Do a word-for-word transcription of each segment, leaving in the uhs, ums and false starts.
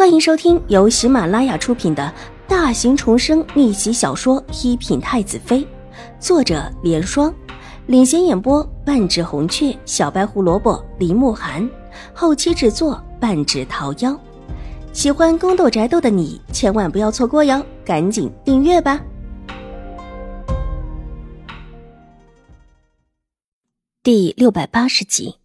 欢迎收听由喜马拉雅出品的大型重生逆袭小说《一品太子妃》，作者莲霜，领衔演播半指红雀、小白胡萝卜、林慕寒，后期制作半指桃夭。喜欢宫斗宅斗的你千万不要错过哟，赶紧订阅吧。第六百八十集。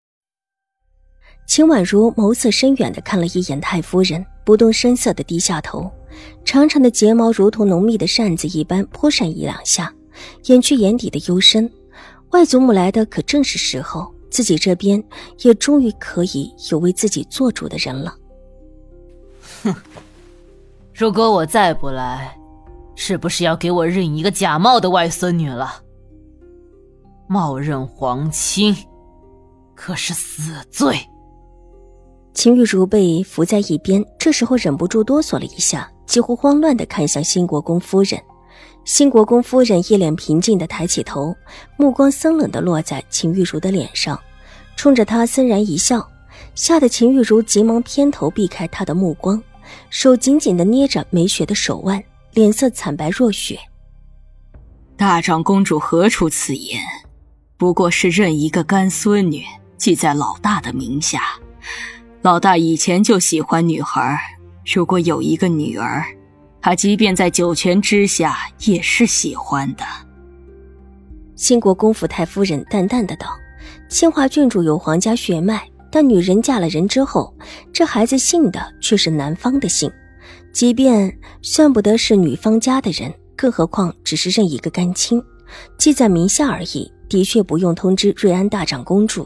秦婉如眸色深远地看了一眼太夫人，不动声色地低下头，长长的睫毛如同浓密的扇子一般扑闪一两下，掩去眼底的幽深。外祖母来的可正是时候，自己这边也终于可以有为自己做主的人了。 哼，如果我再不来，是不是要给我认一个假冒的外孙女了？冒认皇亲，可是死罪。 秦玉茹被扶在一边，这时候忍不住哆嗦了一下，几乎慌乱地看向新国公夫人。新国公夫人一脸平静地抬起头，目光森冷地落在秦玉茹的脸上，冲着她森然一笑，吓得秦玉茹急忙偏头避开他的目光，手紧紧地捏着美雪的手腕，脸色惨白若雪。 大长公主何出此言？不过是认一个干孙女记在老大的名下。老大以前就喜欢女孩，如果有一个女儿，他即便在九泉之下也是喜欢的。 新国公府太夫人淡淡的道，清华郡主有皇家血脉，但女人嫁了人之后，这孩子姓的却是男方的姓，即便算不得是女方家的人，更何况只是认一个干亲，记在名下而已，的确不用通知瑞安大长公主。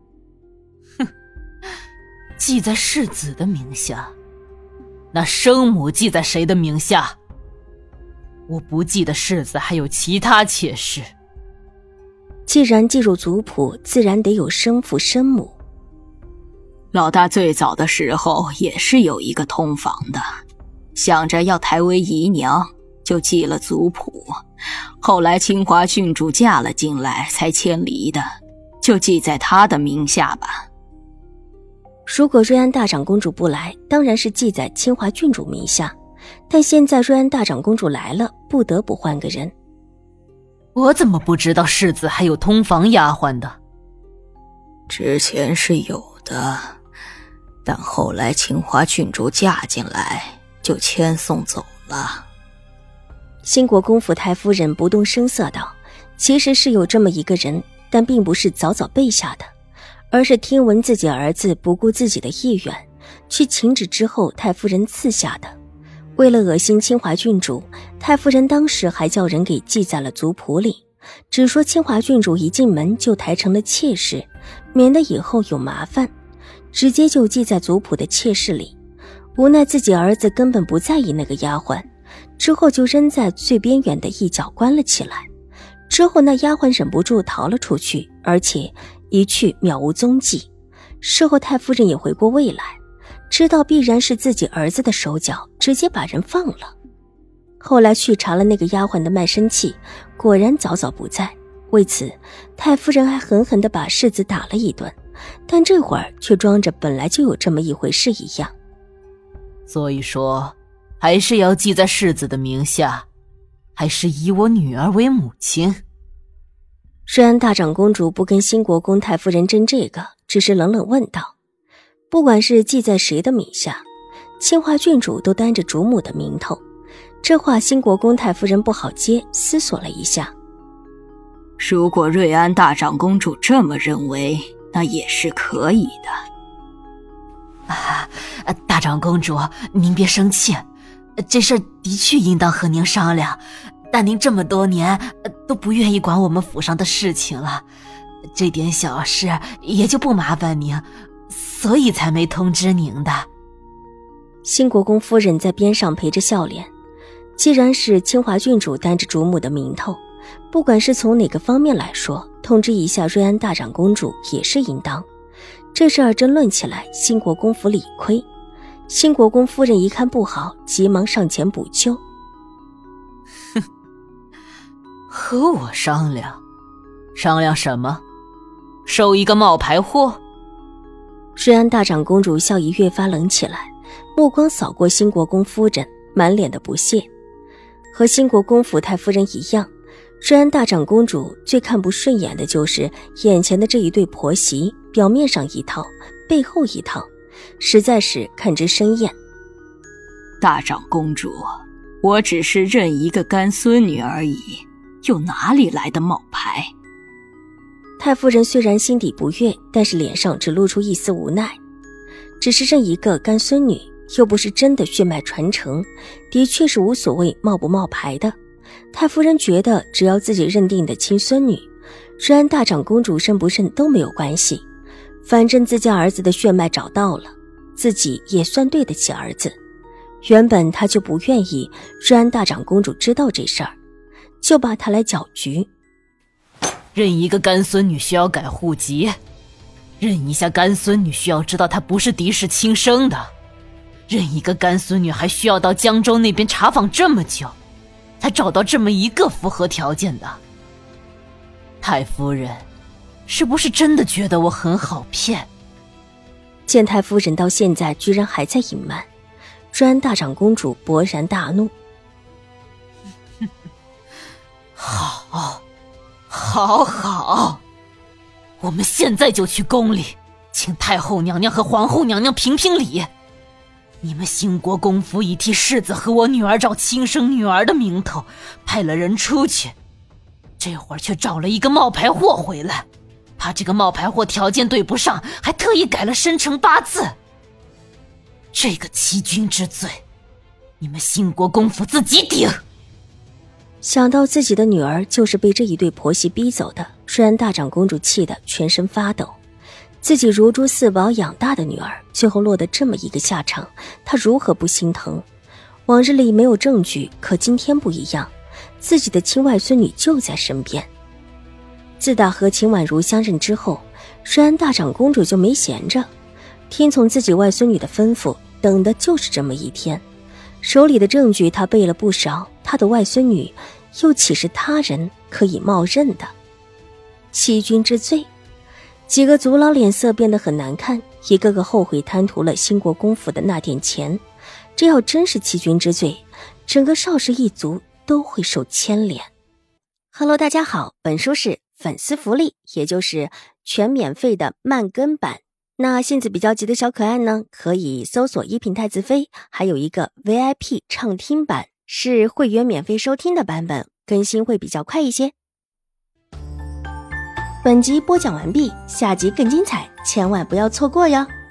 记在世子的名下，那生母记在谁的名下？我不记得世子还有其他妾室。 既然记入族谱，自然得有生父生母。 老大最早的时候也是有一个通房的，想着要抬为姨娘，就记了族谱，后来清华郡主嫁了进来才迁离的，就记在她的名下吧。 如果瑞安大长公主不来，当然是记在清华郡主名下，但现在瑞安大长公主来了，不得不换个人。 我怎么不知道世子还有通房丫鬟的？ 之前是有的，但后来清华郡主嫁进来，就迁送走了。 新国公府太夫人不动声色道，其实是有这么一个人，但并不是早早备下的，而是听闻自己儿子不顾自己的意愿，去请旨之后太夫人赐下的。为了恶心清华郡主，太夫人当时还叫人给记在了族谱里，只说清华郡主一进门就抬成了妾室，免得以后有麻烦，直接就记在族谱的妾室里。无奈自己儿子根本不在意那个丫鬟，之后就扔在最边缘的一角关了起来。之后那丫鬟忍不住逃了出去，而且一去渺无踪迹。事后太夫人也回过味来，知道必然是自己儿子的手脚，直接把人放了。后来去查了那个丫鬟的卖身契，果然早早不在。为此太夫人还狠狠地把世子打了一顿，但这会儿却装着本来就有这么一回事一样。 所以说还是要记在世子的名下，还是以我女儿为母亲？ 瑞安大长公主不跟新国公太夫人争这个，只是冷冷问道，不管是记在谁的名下，清华郡主都担着主母的名头。这话新国公太夫人不好接，思索了一下， 如果瑞安大长公主这么认为，那也是可以的。 啊，大长公主您别生气，这事的确应当和您商量，但您这么多年都不愿意管我们府上的事情了，这点小事也就不麻烦您，所以才没通知您的。 新国公夫人在边上陪着笑脸，既然是清华郡主担着主母的名头，不管是从哪个方面来说，通知一下瑞安大长公主也是应当。这事儿争论起来，新国公府理亏。新国公夫人一看不好，急忙上前补救。 哼，和我商量？商量什么？收一个冒牌货？ 瑞安大长公主笑意越发冷起来， 目光扫过新国公夫人，满脸的不屑。和新国公府太夫人一样，瑞安大长公主最看不顺眼的就是眼前的这一对婆媳，表面上一套，背后一套，实在是看之生厌。 大长公主，我只是认一个干孙女而已，又哪里来的冒牌？ 太夫人虽然心底不悦，但是脸上只露出一丝无奈。只是认一个干孙女，又不是真的血脉传承，的确是无所谓冒不冒牌的。太夫人觉得只要自己认定的亲孙女，瑞安大长公主认不认都没有关系，反正自家儿子的血脉找到了，自己也算对得起儿子。原本她就不愿意瑞安大长公主知道这事儿，就把她来搅局。 认一个干孙女需要改户籍，认一下干孙女需要知道她不是嫡氏亲生的，认一个干孙女还需要到江州那边查访这么久，才找到这么一个符合条件的。太夫人，是不是真的觉得我很好骗？ 见太夫人到现在居然还在隐瞒，瑞安大长公主勃然大怒。 好，好好，我们现在就去宫里，请太后娘娘和皇后娘娘评评理。你们兴国公府已替世子和我女儿找亲生女儿的名头，派了人出去，这会儿却找了一个冒牌货回来，怕这个冒牌货条件对不上，还特意改了生辰八字。这个欺君之罪，你们兴国公府自己顶。 想到自己的女儿就是被这一对婆媳逼走的，瑞安大长公主气得全身发抖。自己如珠似宝养大的女儿，最后落得这么一个下场，她如何不心疼？往日里没有证据，可今天不一样，自己的亲外孙女就在身边。自打和秦婉如相认之后，瑞安大长公主就没闲着，听从自己外孙女的吩咐，等的就是这么一天。手里的证据她备了不少，她的外孙女又岂是他人可以冒认的？欺君之罪。几个族老脸色变得很难看，一个个后悔贪图了兴国公府的那点钱。这要真是欺君之罪，整个邵氏一族都会受牵连。Hello， 大家好，本书是粉丝福利，也就是全免费的慢更版。那性子比较急的小可爱呢，可以搜索一品太子妃，还有一个 V I P 畅听版，是会员免费收听的版本，更新会比较快一些。本集播讲完毕，下集更精彩，千万不要错过哟。